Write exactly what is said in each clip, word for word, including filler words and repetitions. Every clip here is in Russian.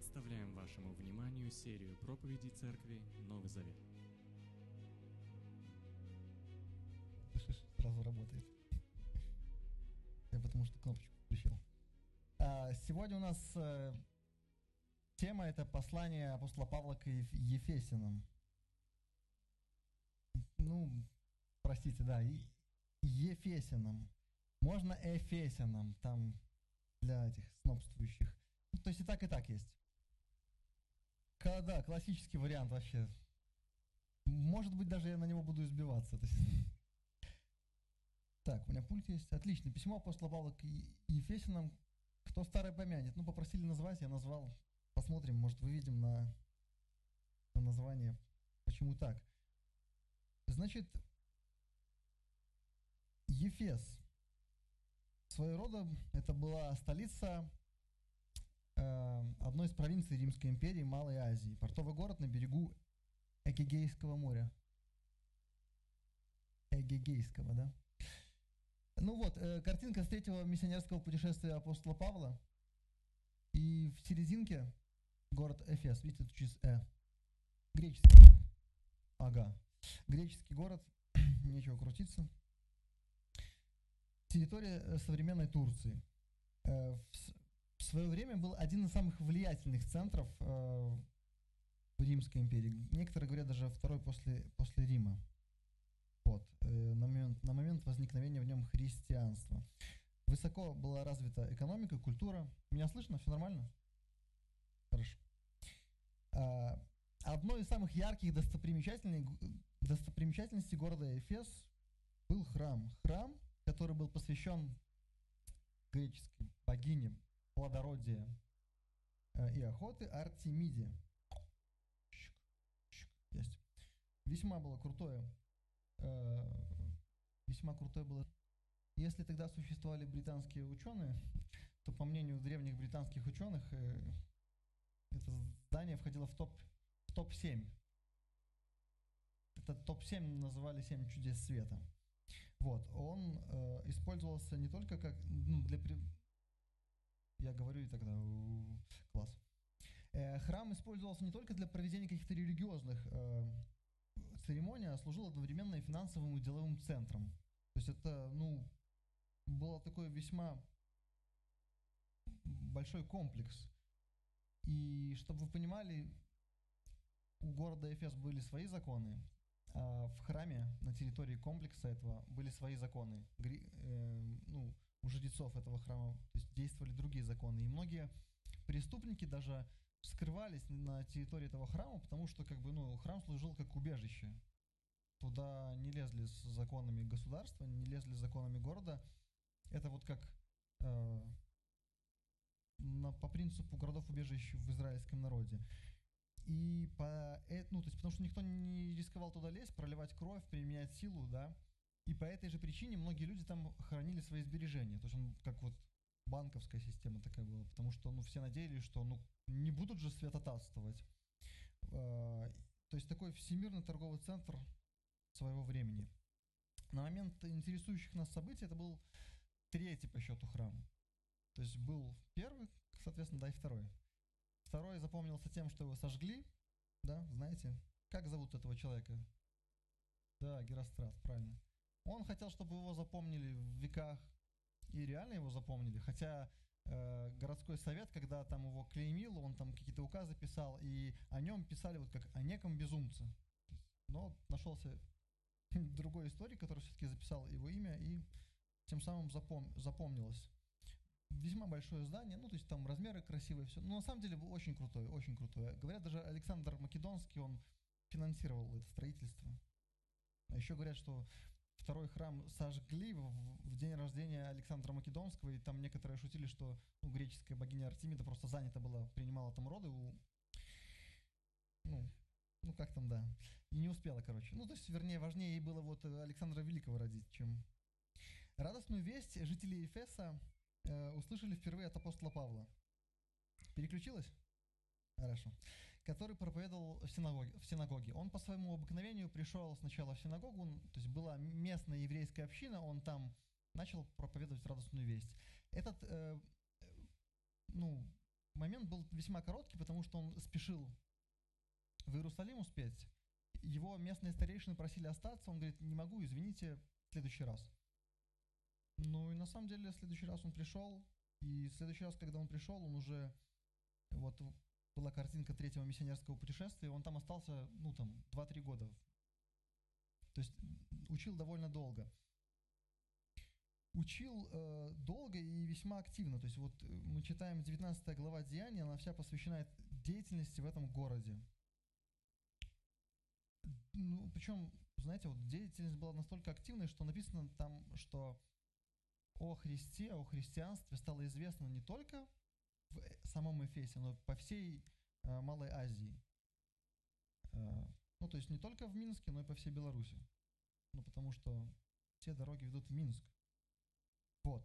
Представляем вашему вниманию серию проповедей Церкви Новый Завет. Сразу работает. Я потому что кнопочку включил. А, сегодня у нас э, тема — это послание апостола Павла к Ефесянам. Ну, простите, да, и Ефесянам. Можно Эфесянам, там для этих снобствующих. Ну, то есть и так, и так есть. К- да, классический вариант вообще. Может быть, даже я на него буду избиваться. То есть... Так, у меня пульт есть. Отлично. Письмо апостола Павла к Ефесянам. Кто старый помянет? Ну, попросили назвать, я назвал. Посмотрим, может, выведем на, на название. Почему так? Значит, Ефес. Своего рода это была столица э, одной из провинций Римской империи, Малой Азии. Портовый город на берегу Эгегейского моря. Эгегейского, да? Ну вот, э, картинка с третьего миссионерского путешествия апостола Павла. И в серединке город Эфес, видите, тут через Э. Греческий. Ага. Греческий город, нечего крутиться. Территория современной Турции. Э, в, в свое время был один из самых влиятельных центров э, в Римской империи. Некоторые говорят, даже второй после, после Рима. Вот, э, на, момент, на момент возникновения в нем христианства. Высоко была развита экономика, культура. Меня слышно? Все нормально? Хорошо. А, одной из самых ярких достопримечательностей, достопримечательностей города Эфес был храм. Храм, который был посвящен греческой богине плодородия э, и охоты Артемиде. Есть. Весьма было крутое. Весьма крутой было. Если тогда существовали британские ученые, то, по мнению древних британских ученых, это здание входило в топ, в топ семь. Этот топ семь называли «Семь чудес света». Вот, он э, использовался не только как, ну, для... Я говорю и тогда... Класс. Э, храм использовался не только для проведения каких-то религиозных э, церемоний, а служил одновременно и финансовым и деловым центром. То есть это, ну, был такой весьма большой комплекс. И чтобы вы понимали, у города Эфес были свои законы, а в храме на территории комплекса этого были свои законы. Гри, э, ну, у жрецов этого храма, то есть действовали другие законы. И многие преступники даже скрывались на территории этого храма, потому что как бы, ну, храм служил как убежище. Туда не лезли с законами государства, не лезли с законами города. Это вот как э, на, по принципу городов-убежищ в израильском народе. И по, ну, то есть, потому что никто не рисковал туда лезть, проливать кровь, применять силу, да. И по этой же причине многие люди там хранили свои сбережения. То есть он как вот банковская система такая была, потому что, ну, все надеялись, что, ну, не будут же святотатствовать. Э, то есть такой всемирный торговый центр своего времени. На момент интересующих нас событий это был третий по счету храм. То есть был первый, соответственно, да, и второй. Второй запомнился тем, что его сожгли, да, знаете, как зовут этого человека? Да, Герострат, правильно. Он хотел, чтобы его запомнили в веках, и реально его запомнили, хотя э, городской совет, когда там его клеймил, он там какие-то указы писал, и о нем писали вот как о неком безумце. Но нашелся другой историк, который все-таки записал его имя, и тем самым запом, запомнилось. Весьма большое здание, ну, то есть там размеры красивые, все. Но на самом деле было очень крутое, очень крутое. Говорят, даже Александр Македонский, он финансировал это строительство. А еще говорят, что второй храм сожгли в, в день рождения Александра Македонского, и там некоторые шутили, что, ну, греческая богиня Артемида просто занята была, принимала там роды у... Ну, ну, как там, да. И не успела, короче. Ну, то есть, вернее, важнее ей было вот Александра Великого родить, чем... Радостную весть жители Эфеса э, услышали впервые от апостола Павла. Переключилась? Хорошо. Который проповедовал в синагоге, в синагоге. Он по своему обыкновению пришел сначала в синагогу, то есть была местная еврейская община, он там начал проповедовать радостную весть. Этот, э, ну, момент был весьма короткий, потому что он спешил в Иерусалим успеть. Его местные старейшины просили остаться, он говорит, не могу, извините, в следующий раз. Ну и на самом деле в следующий раз он пришел, и в следующий раз, когда он пришел, он уже, вот была картинка третьего миссионерского путешествия, он там остался, ну там, два-три года. То есть учил довольно долго. Учил э, долго и весьма активно. То есть вот мы читаем девятнадцатая глава Деяний, она вся посвящена деятельности в этом городе. Ну, причем, знаете, вот деятельность была настолько активной, что написано там, что о Христе, о христианстве стало известно не только в самом Эфесе, но по всей э, Малой Азии. Э, ну, то есть не только в Минске, но и по всей Беларуси. Ну, потому что все дороги ведут в Минск. Вот.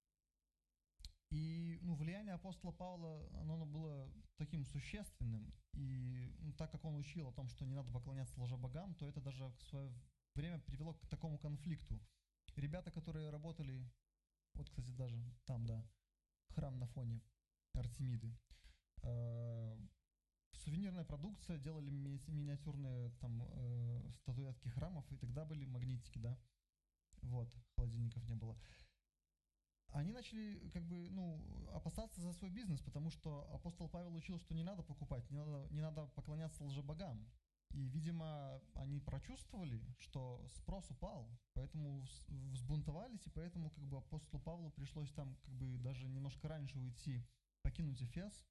И ну, влияние апостола Павла, оно было таким существенным. И ну, так как он учил о том, что не надо поклоняться лжебогам, то это даже в свое время привело к такому конфликту. Ребята, которые работали, вот, кстати, даже там, да, храм на фоне Артемиды, э, сувенирная продукция, делали ми- миниатюрные там э, статуэтки храмов, и тогда были магнитики, да, вот, холодильников не было. Они начали как бы, ну, опасаться за свой бизнес, потому что апостол Павел учил, что не надо покупать, не надо, не надо поклоняться лжебогам. И, видимо, они прочувствовали, что спрос упал, поэтому взбунтовались, и поэтому как бы апостолу Павлу пришлось там как бы даже немножко раньше уйти, покинуть Эфес,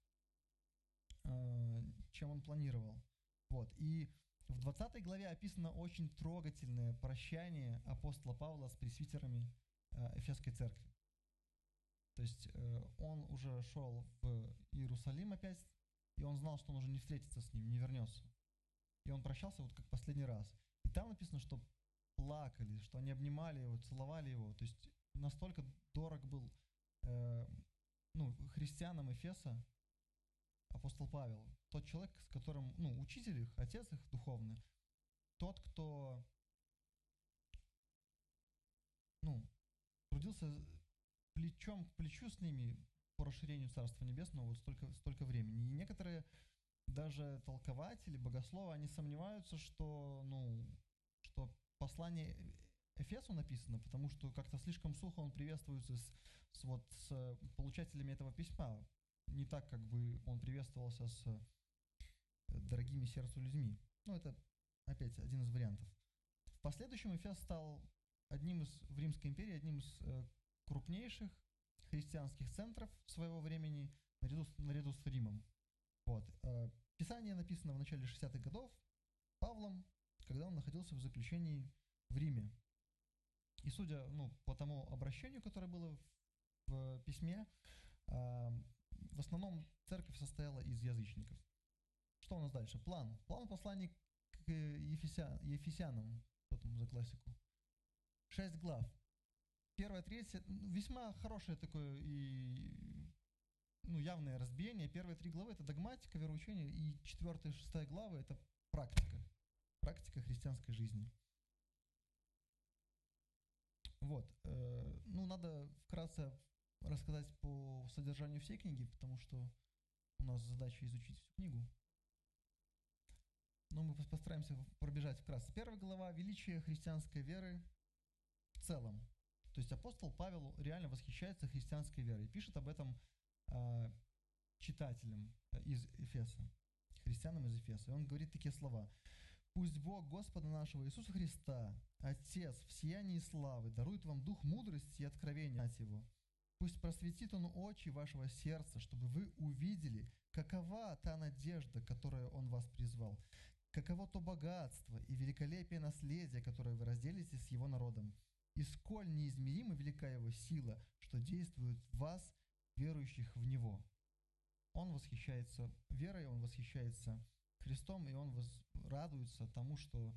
чем он планировал. Вот. И в двадцатой главе описано очень трогательное прощание апостола Павла с пресвитерами Эфесской церкви. То есть э, он уже шел в Иерусалим опять, и он знал, что он уже не встретится с ним, не вернется. И он прощался вот как последний раз. И там написано, что плакали, что они обнимали его, целовали его. То есть настолько дорог был э, ну, христианам Эфеса апостол Павел. Тот человек, с которым, ну, учитель их, отец их духовный, тот, кто, ну, трудился плечом к плечу с ними по расширению Царства Небесного вот столько, столько времени. И некоторые даже толкователи, богословы, они сомневаются, что, ну, что послание Эфесу написано, потому что как-то слишком сухо он приветствуется с, с, вот, с получателями этого письма. Не так, как бы он приветствовался с дорогими сердцу людьми. Ну, это, опять, один из вариантов. В последующем Эфес стал одним из, в Римской империи, одним из э, крупнейших христианских центров своего времени, наряду с, наряду с Римом. Вот. Э, Писание написано в начале шестидесятых годов Павлом, когда он находился в заключении в Риме. И судя ну, по тому обращению, которое было в, в письме, э, в основном церковь состояла из язычников. Что у нас дальше? План. План посланий к Ефеся, Ефесянам. Что там за классику? Шесть глав. Первая, третья, весьма хорошее такое и ну, явное разбиение. Первые три главы — это догматика, вероучение, и четвертая и шестая главы — это практика. Практика христианской жизни. Вот. Э, ну, надо вкратце рассказать по содержанию всей книги, потому что у нас задача изучить всю книгу. Но мы постараемся пробежать вкратце. Первая глава — величие христианской веры в целом. То есть апостол Павел реально восхищается христианской верой. Пишет об этом э, читателям из Эфеса, христианам из Эфеса. И он говорит такие слова. «Пусть Бог Господа нашего Иисуса Христа, Отец в сиянии славы, дарует вам дух мудрости и откровения от Его. Пусть просветит Он очи вашего сердца, чтобы вы увидели, какова та надежда, которую Он вас призвал, каково то богатство и великолепие наследия, которое вы разделите с Его народом, и сколь неизмеримо велика Его сила, что действует в вас, верующих в Него». Он восхищается верой, он восхищается Христом, и он воз... радуется тому, что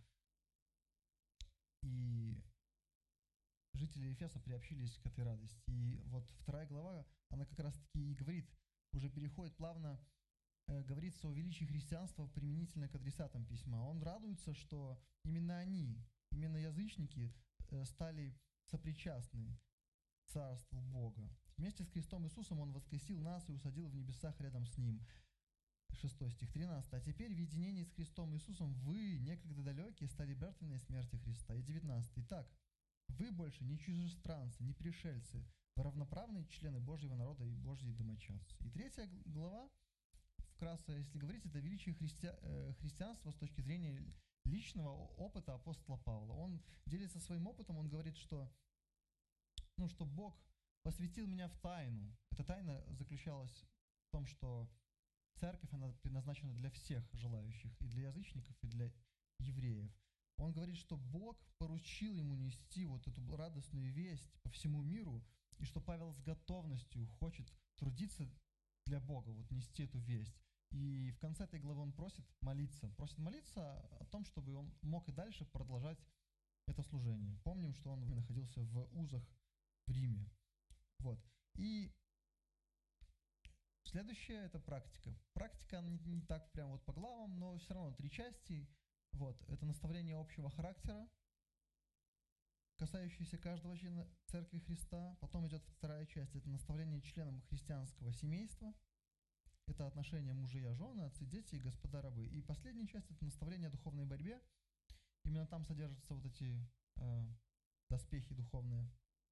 и жители Ефеса приобщились к этой радости. И вот вторая глава, она как раз-таки и говорит, уже переходит плавно, э, говорится о величии христианства применительно к адресатам письма. Он радуется, что именно они, именно язычники э, стали сопричастны Царству Бога. Вместе с Христом Иисусом Он воскресил нас и усадил в небесах рядом с Ним. шестой стих, тринадцатый. А теперь в единении с Христом Иисусом вы, некогда далекие, стали братвенной смерти Христа. И девятнадцатый. Итак, вы больше не чужестранцы, не пришельцы, вы равноправные члены Божьего народа и Божьи домочадцы. И третья глава, вкратце, если говорить, это величие христи... христианства с точки зрения личного опыта апостола Павла. Он делится своим опытом, он говорит, что, ну, что Бог посвятил меня в тайну. Эта тайна заключалась в том, что церковь, она предназначена для всех желающих, и для язычников, и для евреев. Он говорит, что Бог поручил ему нести вот эту радостную весть по всему миру, и что Павел с готовностью хочет трудиться для Бога, вот нести эту весть. И в конце этой главы он просит молиться, просит молиться о том, чтобы он мог и дальше продолжать это служение. Помним, что он находился в узах в Риме. Вот. И следующее – это практика. Практика не, не так прям вот по главам, но все равно три части. Вот. Это наставление общего характера, касающееся каждого члена Церкви Христа. Потом идет вторая часть – это наставление членам христианского семейства. Это отношения мужья, жены, отцы, дети и господа рабы. И последняя часть – это наставление о духовной борьбе. Именно там содержатся вот эти э, доспехи духовные.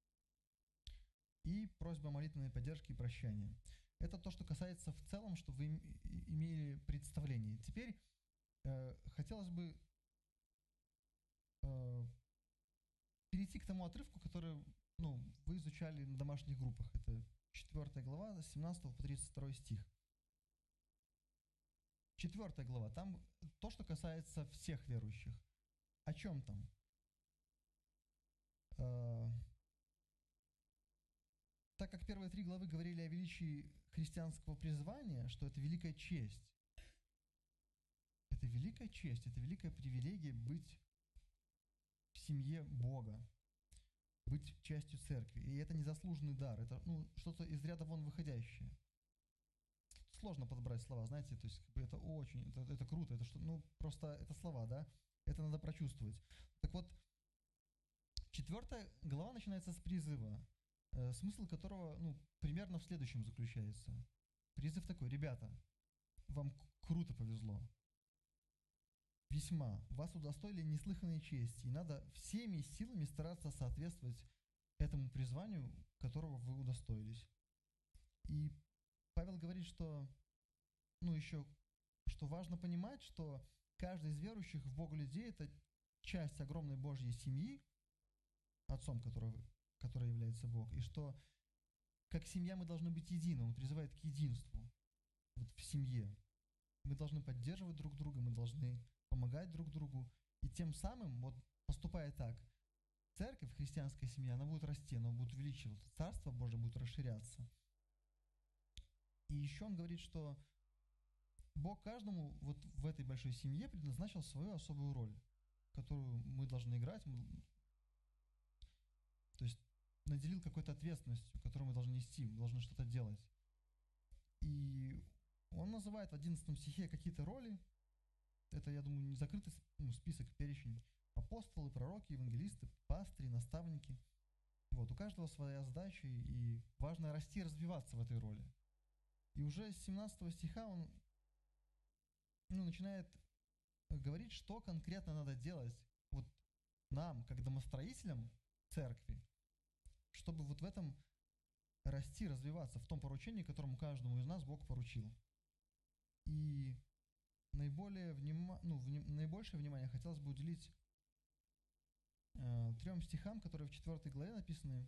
И просьба молитвенной поддержки и прощания. Это то, что касается в целом, чтобы вы имели представление. Теперь э, хотелось бы э, перейти к тому отрывку, который, ну, вы изучали на домашних группах. Это четвёртая глава, с семнадцатого по тридцать второй стих. Четвёртая глава. Там то, что касается всех верующих. О чем там? Э, так как первые три главы говорили о величии христианского призвания, что это великая честь. Это великая честь, это великая привилегия быть в семье Бога, быть частью церкви. И это незаслуженный дар, это, ну, что-то из ряда вон выходящее. Сложно подобрать слова, знаете, то есть как бы это очень, это, это круто, это что, ну, просто это слова, да, это надо прочувствовать. Так вот, четвертая глава начинается с призыва, э, смысл которого, ну, примерно в следующем заключается. Призыв такой: ребята, вам круто повезло. Весьма. Вас удостоили неслыханной чести, и надо всеми силами стараться соответствовать этому призванию, которого вы удостоились. И Павел говорит, что, ну, еще, что важно понимать, что каждый из верующих в Бога людей – это часть огромной Божьей семьи, отцом которого, который является Бог, и что как семья мы должны быть едины. Он призывает к единству вот в семье. Мы должны поддерживать друг друга, мы должны помогать друг другу, и тем самым, вот поступая так, церковь, христианская семья, она будет расти, она будет увеличиваться, Царство Божие будет расширяться. И еще он говорит, что Бог каждому вот в этой большой семье предназначил свою особую роль, которую мы должны играть, мы, то есть наделил какой-то ответственностью, которую мы должны нести, мы должны что-то делать. И он называет в одиннадцатом стихе какие-то роли. Это, я думаю, не закрытый, ну, список, перечень. Апостолы, пророки, евангелисты, пастыри, наставники. Вот, у каждого своя задача, и важно расти и развиваться в этой роли. И уже с семнадцатого стиха он, ну, начинает говорить, что конкретно надо делать вот нам, как домостроителям церкви, чтобы вот в этом расти, развиваться, в том поручении, которому каждому из нас Бог поручил. И наиболее внима, ну, вни, наибольшее внимание хотелось бы уделить э, трем стихам, которые в четвёртой главе написаны.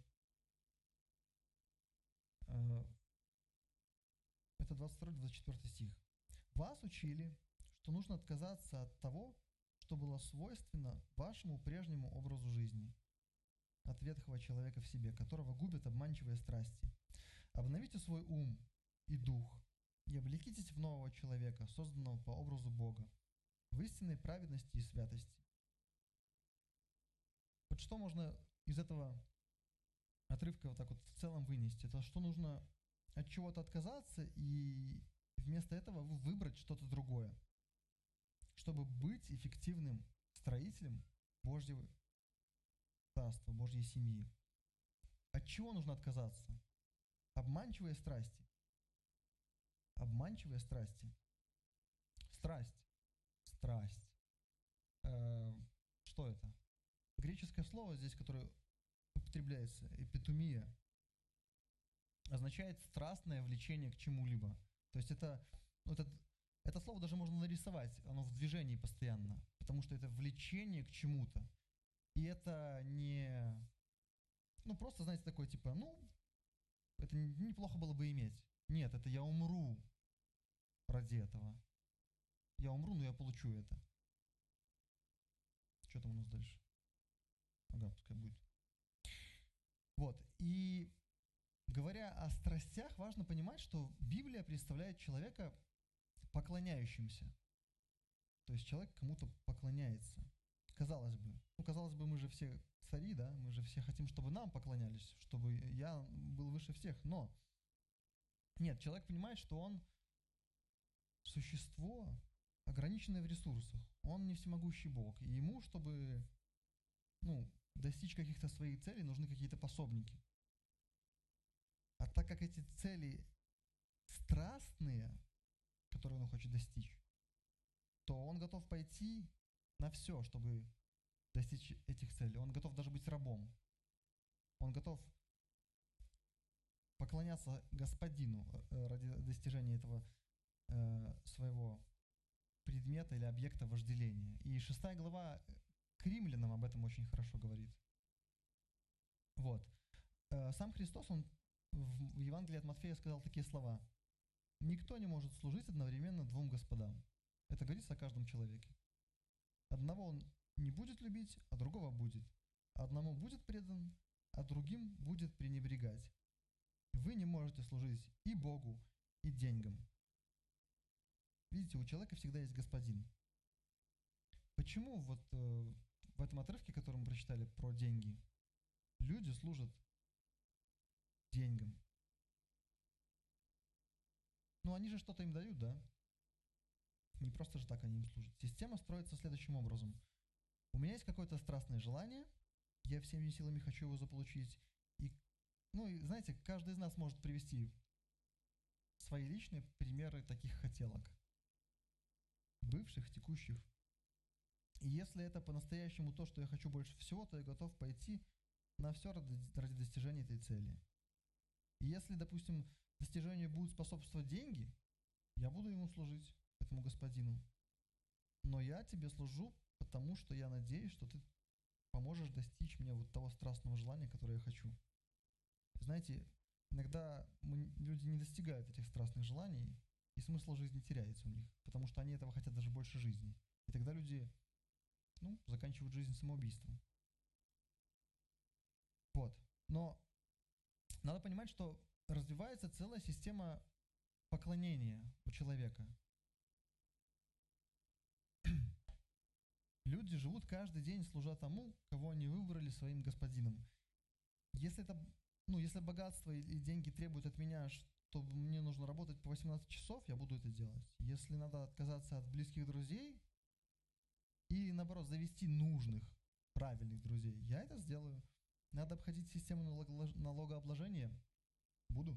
Э, это двадцать второй двадцать четвёртый стих. «Вас учили, что нужно отказаться от того, что было свойственно вашему прежнему образу жизни, от ветхого человека в себе, которого губят обманчивые страсти. Обновите свой ум и дух, и облекитесь в нового человека, созданного по образу Бога, в истинной праведности и святости». Вот что можно из этого отрывка вот так вот в целом вынести? Это что нужно от чего-то отказаться и вместо этого выбрать что-то другое, чтобы быть эффективным строителем Божьего Царства, Божьей семьи. От чего нужно отказаться? обманчивые страсти. Обманчивые страсти. Страсть. Страсть. Э, что это? Греческое слово здесь, которое употребляется, эпитумия, означает страстное влечение к чему-либо. То есть это, ну, это, это слово даже можно нарисовать, оно в движении постоянно, потому что это влечение к чему-то. И это не, ну просто, знаете, такое типа, ну, это неплохо было бы иметь. Нет, это я умру ради этого. Я умру, но я получу это. Что там у нас дальше? Ага, пускай будет. Вот, и говоря о страстях, важно понимать, что Библия представляет человека поклоняющимся. То есть человек кому-то поклоняется. Казалось бы. Ну, казалось бы, мы же все цари, да? Мы же все хотим, чтобы нам поклонялись, чтобы я был выше всех. Но нет, человек понимает, что он существо, ограниченное в ресурсах. Он не всемогущий Бог. И ему, чтобы, ну, достичь каких-то своих целей, нужны какие-то пособники. А так как эти цели страстные, которые он хочет достичь, то он готов пойти на все, чтобы достичь этих целей. Он готов даже быть рабом. Он готов поклоняться господину ради достижения этого э, своего предмета или объекта вожделения. И шестая глава к римлянам об этом очень хорошо говорит. Вот. Э, сам Христос, он в Евангелии от Матфея сказал такие слова: «Никто не может служить одновременно двум господам». Это говорится о каждом человеке. Одного он не будет любить, а другого будет. Одному будет предан, а другим будет пренебрегать. Вы не можете служить и Богу, и деньгам. Видите, у человека всегда есть господин. Почему вот э, в этом отрывке, который мы прочитали про деньги, люди служат деньгам? Ну, они же что-то им дают, да? Не просто же так они им служат. Система строится следующим образом. У меня есть какое-то страстное желание, я всеми силами хочу его заполучить. И, ну, и знаете, каждый из нас может привести свои личные примеры таких хотелок. Бывших, текущих. И если это по-настоящему то, что я хочу больше всего, то я готов пойти на все ради, ради достижения этой цели. И если, допустим, достижению будут способствовать деньги, я буду ему служить, этому господину. Но я тебе служу, потому что я надеюсь, что ты поможешь достичь мне вот того страстного желания, которое я хочу. Знаете, иногда мы, люди не достигают этих страстных желаний, и смысл жизни теряется у них, потому что они этого хотят даже больше жизни. И тогда люди, ну, заканчивают жизнь самоубийством. Вот. Но надо понимать, что развивается целая система поклонения у человека. Люди живут каждый день, служа тому, кого они выбрали своим господином. Если это, ну, если богатство и деньги требуют от меня, что мне нужно работать по восемнадцать часов, я буду это делать. Если надо отказаться от близких друзей и, наоборот, завести нужных, правильных друзей, я это сделаю. Надо обходить систему налогообложения, буду.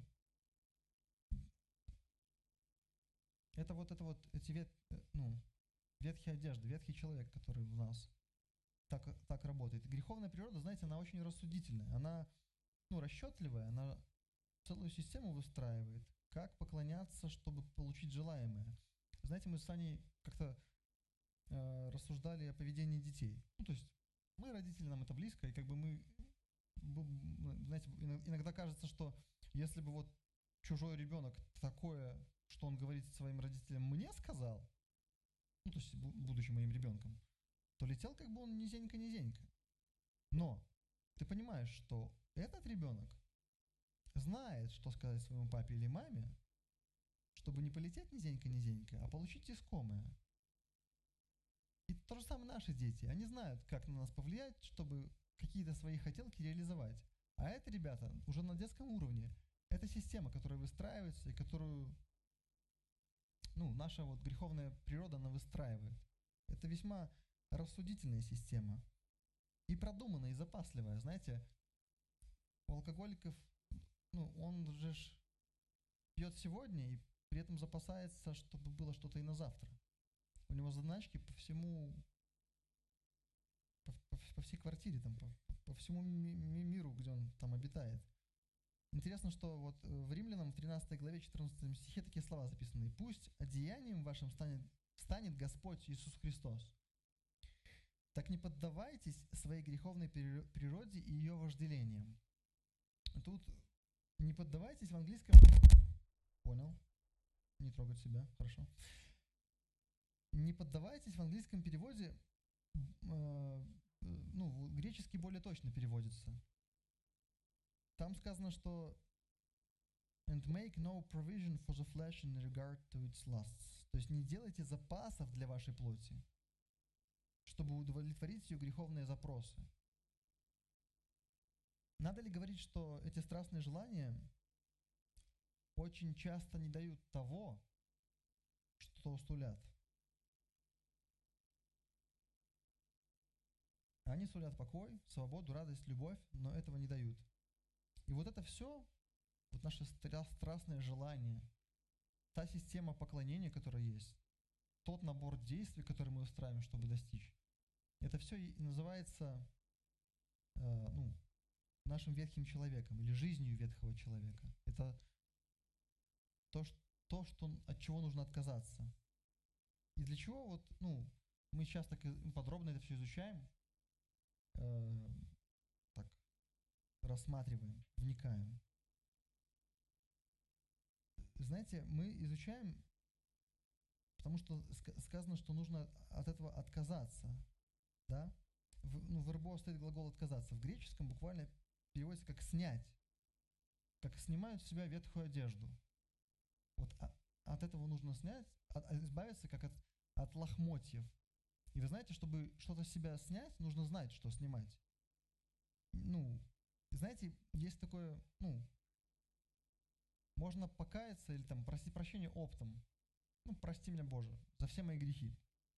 Это вот это вот эти вет, ну, ветхие одежды, ветхий человек, который в нас так, так работает. Греховная природа, знаете, она очень рассудительная, она, ну, расчетливая, она целую систему выстраивает, как поклоняться, чтобы получить желаемое. Знаете, мы с Аней как-то э, рассуждали о поведении детей. Ну, то есть мы, родители, нам это близко, и как бы мы, знаете, иногда кажется, что если бы вот чужой ребенок такое, что он говорит своим родителям, мне сказал, ну, то есть, будучи моим ребенком, то летел как бы он низенько-низенько. Но ты понимаешь, что этот ребенок знает, что сказать своему папе или маме, чтобы не полететь низенько-низенько, а получить искомое. И то же самое наши дети. Они знают, как на нас повлиять, чтобы какие-то свои хотелки реализовать. А это, ребята, уже на детском уровне. Это система, которая выстраивается и которую, ну, наша вот греховная природа, она выстраивает. Это весьма рассудительная система. И продуманная, и запасливая. Знаете, у алкоголиков, ну, он же живет сегодня и при этом запасается, чтобы было что-то и на завтра. У него заначки по всему, по, по, по всей квартире, там, по, по всему ми- ми- миру, где он там обитает. Интересно, что вот в Римлянам в тринадцатой главе четырнадцатом стихе такие слова записаны. «Пусть одеянием вашим станет, станет Господь Иисус Христос. Так не поддавайтесь своей греховной природе и ее вожделениям». Тут не поддавайтесь в английском... Понял. Не трогать себя. Хорошо. Не поддавайтесь в английском переводе, э, ну, греческий более точно переводится. Там сказано, что and make no provision for the flesh in regard to its lusts. То есть не делайте запасов для вашей плоти, чтобы удовлетворить ее греховные запросы. Надо ли говорить, что эти страстные желания очень часто не дают того, что сулят? Они сулят покой, свободу, радость, любовь, но этого не дают. И вот это все, вот наше страстное желание, та система поклонения, которая есть, тот набор действий, который мы устраиваем, чтобы достичь, это все и называется э, ну, нашим ветхим человеком или жизнью ветхого человека. Это то, что, то что, от чего нужно отказаться. И для чего вот, ну, мы сейчас так подробно это все изучаем, э, так, рассматриваем, вникаем. Знаете, мы изучаем, потому что сказано, что нужно от этого отказаться, да? В, ну, в РБО стоит глагол «отказаться». В греческом буквально переводится как «снять», как снимают с себя ветхую одежду. Вот а, от этого нужно снять, от, избавиться как от, от лохмотьев. И вы знаете, чтобы что-то с себя снять, нужно знать, что снимать. Ну, знаете, есть такое, ну, можно покаяться или там просить прощения оптом. Ну, прости меня, Боже, за все мои грехи.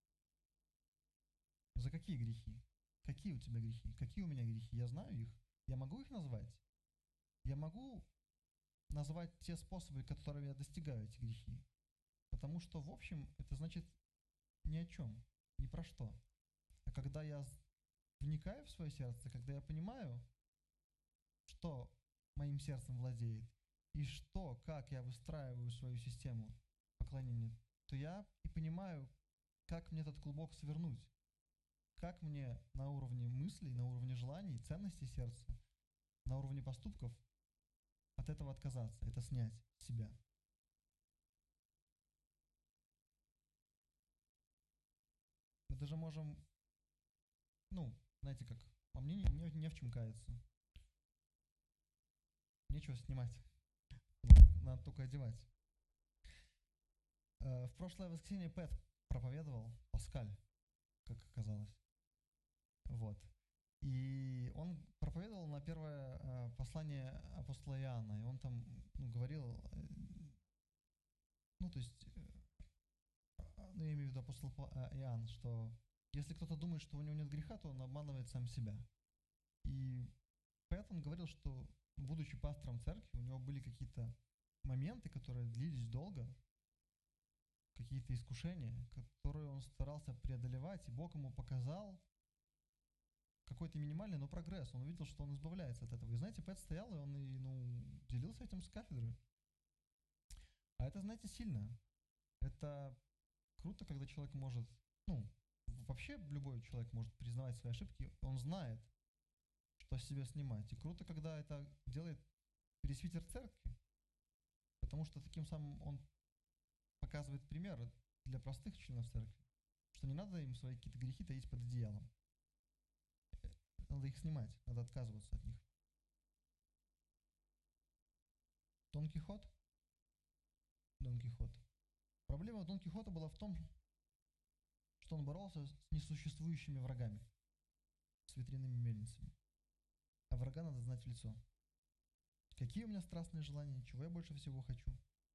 За какие грехи? Какие у тебя грехи? Какие у меня грехи? Я знаю их. Я могу их назвать? Я могу назвать те способы, которыми я достигаю эти грехи. Потому что, в общем, это значит ни о чем, ни про что. А когда я вникаю в свое сердце, когда я понимаю, что моим сердцем владеет, и что, как я выстраиваю свою систему поклонения, то я и понимаю, как мне этот клубок свернуть, как мне на уровне мыслей, на уровне желаний, ценностей сердца, на уровне поступков от этого отказаться, это снять с себя. Мы даже можем, ну, знаете как, по мне не, не в чем каяться. Нечего снимать, надо только одевать. В прошлое воскресенье Пэт проповедовал, Паскаль, как оказалось. Вот. И он проповедовал на первое э, послание апостола Иоанна, и он там ну, говорил, э, ну то есть, э, ну я имею в виду апостол Иоанн, что если кто-то думает, что у него нет греха, то он обманывает сам себя. И поэтому он говорил, что будучи пастором церкви, у него были какие-то моменты, которые длились долго, какие-то искушения, которые он старался преодолевать, и Бог ему показал какой-то минимальный, но прогресс. Он увидел, что он избавляется от этого. И знаете, Пэт стоял, и он и, ну, делился этим с кафедры. А это, знаете, сильно. Это круто, когда человек может, ну, вообще любой человек может признавать свои ошибки, он знает, что с себя снимать. И круто, когда это делает пресвитер церкви, потому что таким самым он показывает пример для простых членов церкви, что не надо им свои какие-то грехи таить под одеялом. Надо их снимать, надо отказываться от них. Дон Кихот? Дон Кихот. Проблема Дон Кихота была в том, что он боролся с несуществующими врагами, с ветряными мельницами. А врага надо знать в лицо. Какие у меня страстные желания, чего я больше всего хочу?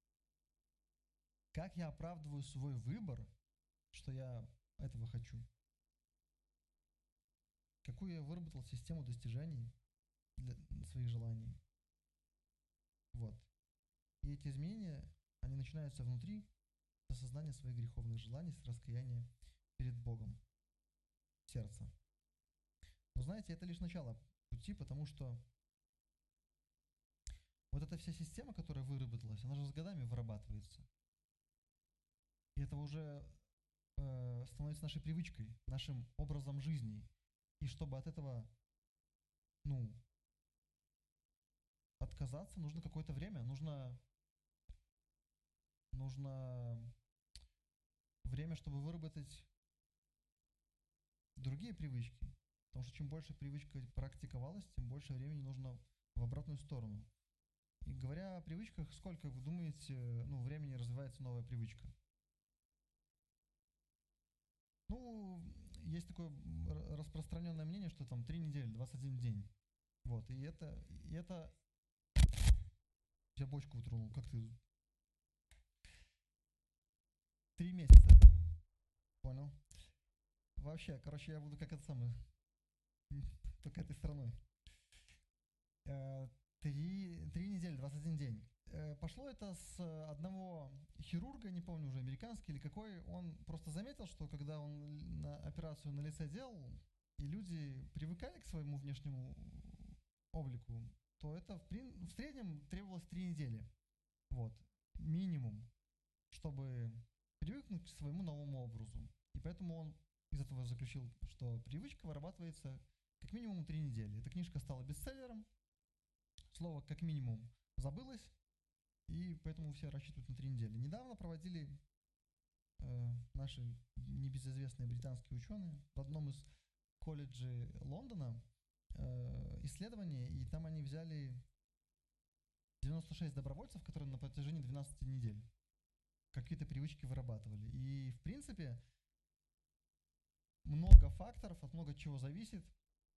Как я оправдываю свой выбор, что я этого хочу? Какую я выработал систему достижений для своих желаний? Вот. И эти изменения, они начинаются внутри, с осознания своих греховных желаний, с раскаяния перед Богом, сердца. Но знаете, это лишь начало пути, потому что вот эта вся система, которая выработалась, она же с годами вырабатывается. И это уже э, становится нашей привычкой, нашим образом жизни. И чтобы от этого, ну, отказаться, нужно какое-то время, нужно, нужно время, чтобы выработать другие привычки. Потому что чем больше привычка практиковалась, тем больше времени нужно в обратную сторону. И говоря о привычках, сколько, вы думаете, ну, времени развивается новая привычка? Ну, есть такое распространенное мнение, что там три недели, двадцать один день. Вот, и это, и это... Я бочку утронул, как ты... Три месяца. Понял. Вообще, короче, я буду как это самое, только этой стороной. Три, три недели, двадцать один день. Пошло это с одного хирурга, не помню уже, американский или какой, он просто заметил, что когда он на операцию на лице делал, и люди привыкали к своему внешнему облику, то это в, прин... в среднем требовалось три недели. Вот, минимум, чтобы привыкнуть к своему новому образу. И поэтому он из этого заключил, что привычка вырабатывается как минимум три недели. Эта книжка стала бестселлером, слово «как минимум» забылось, и поэтому все рассчитывают на три недели. Недавно проводили э, наши небезызвестные британские ученые в одном из колледжей Лондона э, исследование, и там они взяли девяносто шесть добровольцев, которые на протяжении двенадцати недель какие-то привычки вырабатывали. И, в принципе, много факторов, от много чего зависит.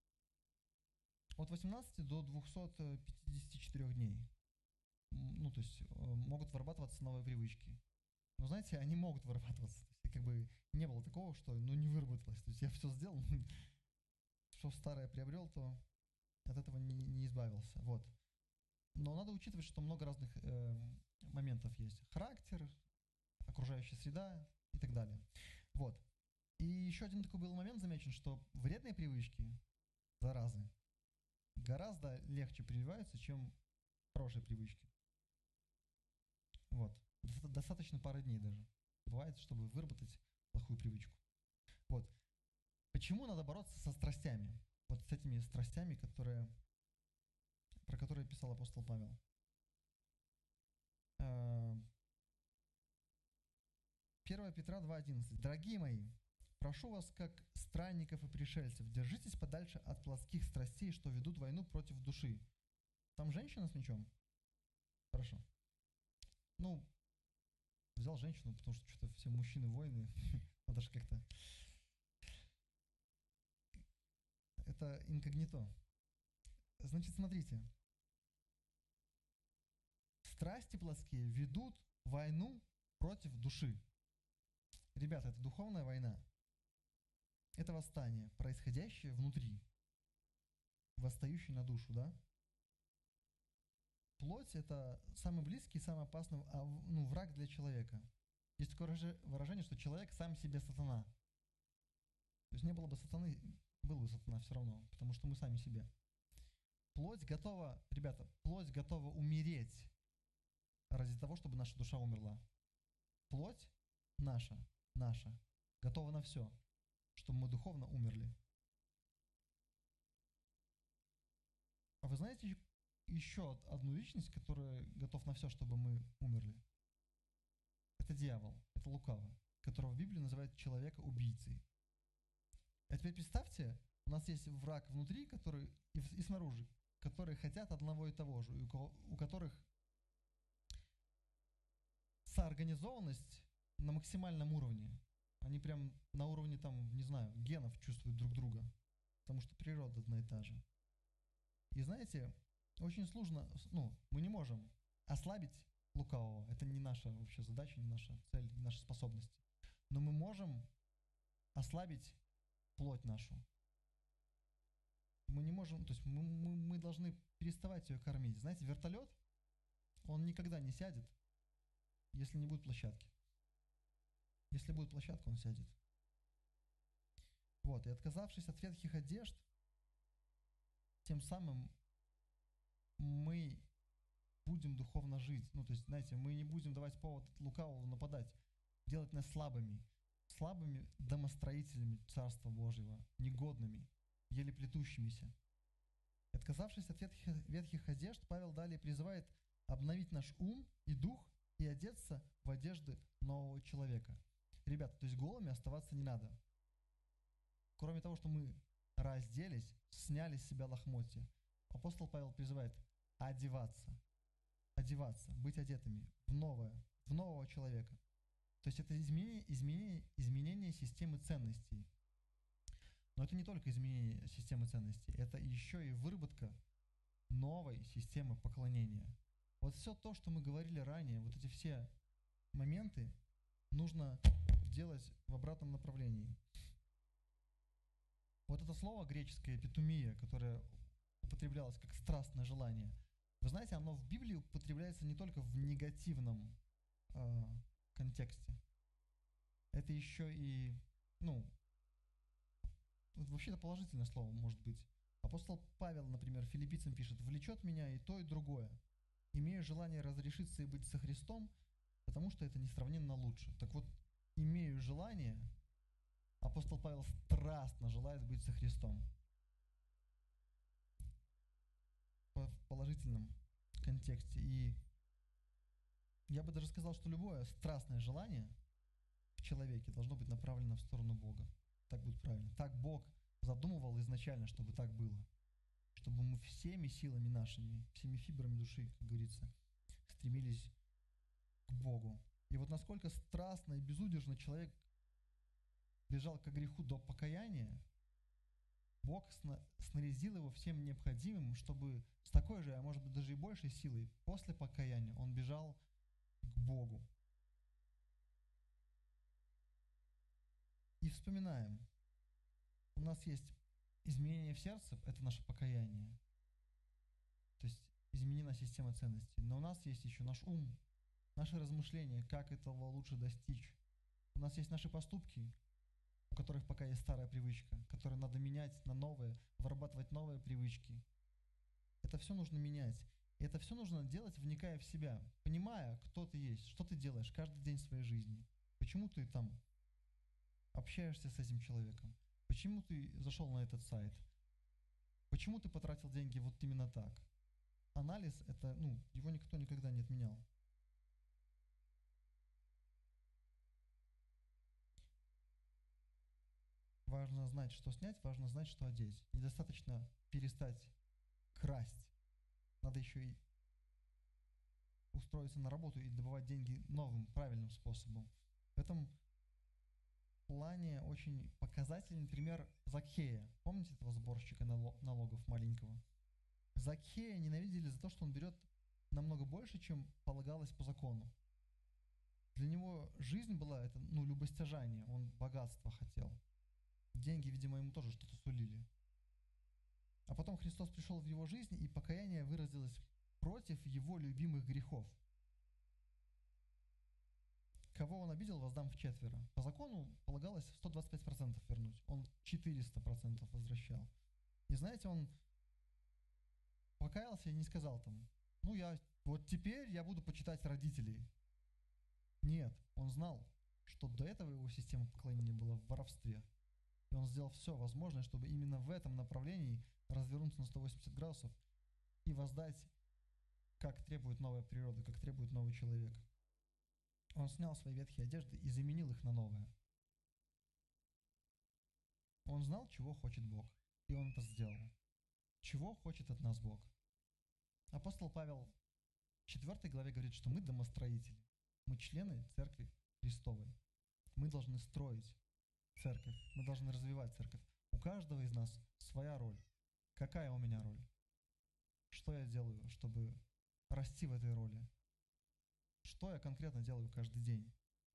От восемнадцати до двухсот пятидесяти четырёх дней. Ну, то есть могут вырабатываться новые привычки. Но, знаете, они могут вырабатываться. То есть, как бы не было такого, что ну не выработалось. То есть я все сделал, что старое приобрел, то от этого не, не избавился. Вот. Но надо учитывать, что много разных э, моментов есть. Характер, окружающая среда и так далее. Вот. И еще один такой был момент замечен, что вредные привычки, заразы, гораздо легче прививаются, чем хорошие привычки. Вот. Достаточно пары дней даже. Бывает, чтобы выработать плохую привычку. Вот. Почему надо бороться со страстями? Вот с этими страстями, которые, про которые писал апостол Павел. первое Петра два одиннадцать. Дорогие мои, прошу вас, как странников и пришельцев, держитесь подальше от плотских страстей, что ведут войну против души. Там женщина с мечом? Хорошо. Ну, взял женщину, потому что что-то все мужчины воины. Надо же как-то... Это инкогнито. Значит, смотрите. Страсти плотские ведут войну против души. Ребята, это духовная война. Это восстание, происходящее внутри, восстающее на душу, да? Плоть – это самый близкий, самый опасный ну, враг для человека. Есть такое выражение, что человек сам себе сатана. То есть не было бы сатаны, был бы сатана все равно, потому что мы сами себе. Плоть готова, ребята, плоть готова умереть ради того, чтобы наша душа умерла. Плоть наша, наша, готова на все, чтобы мы духовно умерли. А вы знаете еще одну личность, которая готов на все, чтобы мы умерли? Это дьявол, это лукавый, которого в Библии называют человека-убийцей. А теперь представьте, у нас есть враг внутри, который и, и снаружи, которые хотят одного и того же, и у, кого, у которых соорганизованность на максимальном уровне. Они прям на уровне, там, не знаю, генов чувствуют друг друга, потому что природа одна и та же. И знаете, очень сложно, ну, мы не можем ослабить лукавого. Это не наша вообще задача, не наша цель, не наша способность. Но мы можем ослабить плоть нашу. Мы не можем, то есть мы, мы, мы должны переставать ее кормить. Знаете, вертолет, он никогда не сядет, если не будет площадки. Если будет площадка, он сядет. Вот, и отказавшись от ветхих одежд, тем самым мы будем духовно жить. Ну, то есть, знаете, мы не будем давать повод лукавому нападать, делать нас слабыми, слабыми домостроителями Царства Божьего, негодными, еле плетущимися. Отказавшись от ветхих, ветхих одежд, Павел далее призывает обновить наш ум и дух и одеться в одежды нового человека. Ребята, то есть голыми оставаться не надо. Кроме того, что мы разделись, сняли с себя лохмотья, апостол Павел призывает одеваться, одеваться, быть одетыми в новое, в нового человека. То есть это изменение, изменение, изменение системы ценностей. Но это не только изменение системы ценностей, это еще и выработка новой системы поклонения. Вот все то, что мы говорили ранее, вот эти все моменты нужно делать в обратном направлении. Вот это слово греческое «эпитумия», которое употреблялось как страстное желание, вы знаете, оно в Библии употребляется не только в негативном э, контексте. Это еще и, ну, вообще-то положительное слово может быть. Апостол Павел, например, филиппийцам пишет: «Влечет меня и то, и другое. Имею желание разрешиться и быть со Христом, потому что это несравненно лучше». Так вот, имею желание, апостол Павел страстно желает быть со Христом. В положительном контексте. И я бы даже сказал, что любое страстное желание в человеке должно быть направлено в сторону Бога. Так будет правильно. Так Бог задумывал изначально, чтобы так было. Чтобы мы всеми силами нашими, всеми фибрами души, как говорится, стремились к Богу. И вот насколько страстно и безудержно человек бежал к греху до покаяния, Бог снарядил его всем необходимым, чтобы с такой же, а может быть даже и большей силой, после покаяния он бежал к Богу. И вспоминаем, у нас есть изменение в сердце, это наше покаяние, то есть изменена система ценностей, но у нас есть еще наш ум, наши размышления, как этого лучше достичь. У нас есть наши поступки, у которых пока есть старая привычка, которые надо менять на новые, вырабатывать новые привычки. Это все нужно менять. И это все нужно делать, вникая в себя, понимая, кто ты есть, что ты делаешь каждый день своей жизни. Почему ты там общаешься с этим человеком? Почему ты зашел на этот сайт? Почему ты потратил деньги вот именно так? Анализ, это, ну, его никто никогда не отменял. Важно знать, что снять, важно знать, что одеть. Недостаточно перестать красть. Надо еще и устроиться на работу и добывать деньги новым, правильным способом. В этом плане очень показательный пример Закхея. Помните этого сборщика налогов маленького? Закхея ненавидели за то, что он берет намного больше, чем полагалось по закону. Для него жизнь была это, ну, любостяжание, он богатство хотел. Деньги, видимо, ему тоже что-то сулили. А потом Христос пришел в его жизнь, и покаяние выразилось против его любимых грехов. Кого он обидел, воздам вчетверо. По закону полагалось сто двадцать пять процентов вернуть. Он четыреста процентов возвращал. И знаете, он покаялся и не сказал там: ну я, вот теперь я буду почитать родителей. Нет, он знал, что до этого его система поклонения была в воровстве. И он сделал все возможное, чтобы именно в этом направлении развернуться на сто восемьдесят градусов и воздать, как требует новая природа, как требует новый человек. Он снял свои ветхие одежды и заменил их на новое. Он знал, чего хочет Бог, и он это сделал. Чего хочет от нас Бог? Апостол Павел в четвёртой главе говорит, что мы домостроители, мы члены Церкви Христовой. Мы должны строить церковь, мы должны развивать церковь. У каждого из нас своя роль. Какая у меня роль? Что я делаю, чтобы расти в этой роли? Что я конкретно делаю каждый день?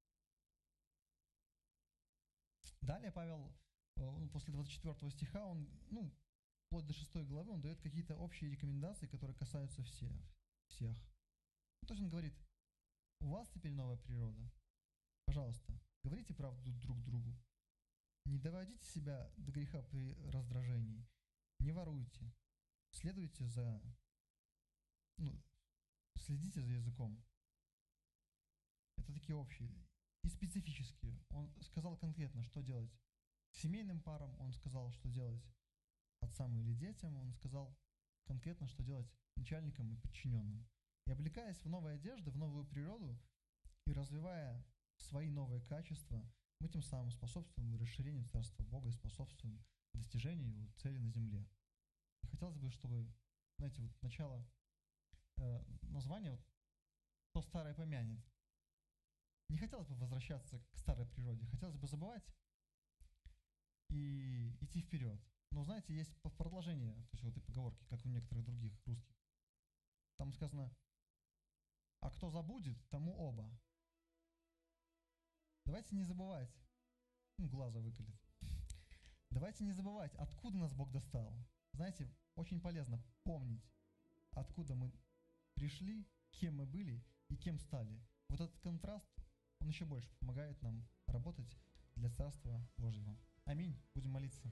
Далее Павел, ну, после двадцать четвёртого стиха, он, ну, вплоть до шестой главы, он дает какие-то общие рекомендации, которые касаются всех. всех. Ну, то есть он говорит, у вас теперь новая природа. Пожалуйста, говорите правду друг другу. Не доводите себя до греха при раздражении. Не воруйте. Следуйте за... Ну, следите за языком. Это такие общие. И специфические. Он сказал конкретно, что делать. Семейным парам он сказал, что делать отцам или детям. Он сказал конкретно, что делать начальникам и подчиненным. И облекаясь в новые одежды, в новую природу и развивая свои новые качества, мы тем самым способствуем расширению Царства Бога и способствуем достижению его цели на земле. И хотелось бы, чтобы, знаете, вот начало э, названия вот, «То старое помянет». Не хотелось бы возвращаться к старой природе, хотелось бы забывать и идти вперед. Но, знаете, есть продолжение, то есть вот этой поговорки, как у некоторых других русских. Там сказано: «А кто забудет, тому оба». Давайте не забывать, ну, глаза выколет. Давайте не забывать, откуда нас Бог достал. Знаете, очень полезно помнить, откуда мы пришли, кем мы были и кем стали. Вот этот контраст, он еще больше помогает нам работать для Царства Божьего. Аминь. Будем молиться.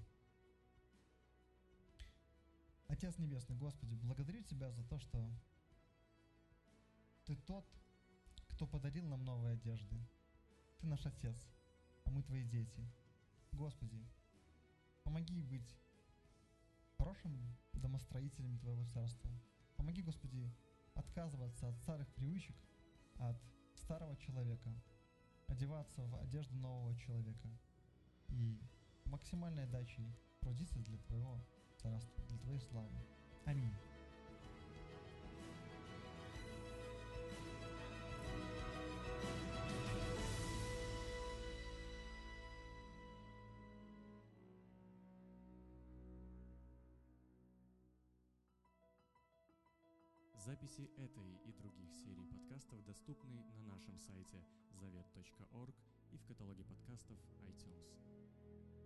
Отец Небесный, Господи, благодарю Тебя за то, что Ты тот, кто подарил нам новые одежды. Ты наш Отец, а мы Твои дети. Господи, помоги быть хорошим домостроителем Твоего Царства. Помоги, Господи, отказываться от старых привычек, от старого человека, одеваться в одежду нового человека и максимальной отдачей трудиться для Твоего Царства, для Твоей славы. Аминь. Записи этой и других серий подкастов доступны на нашем сайте завет точка орг и в каталоге подкастов iTunes.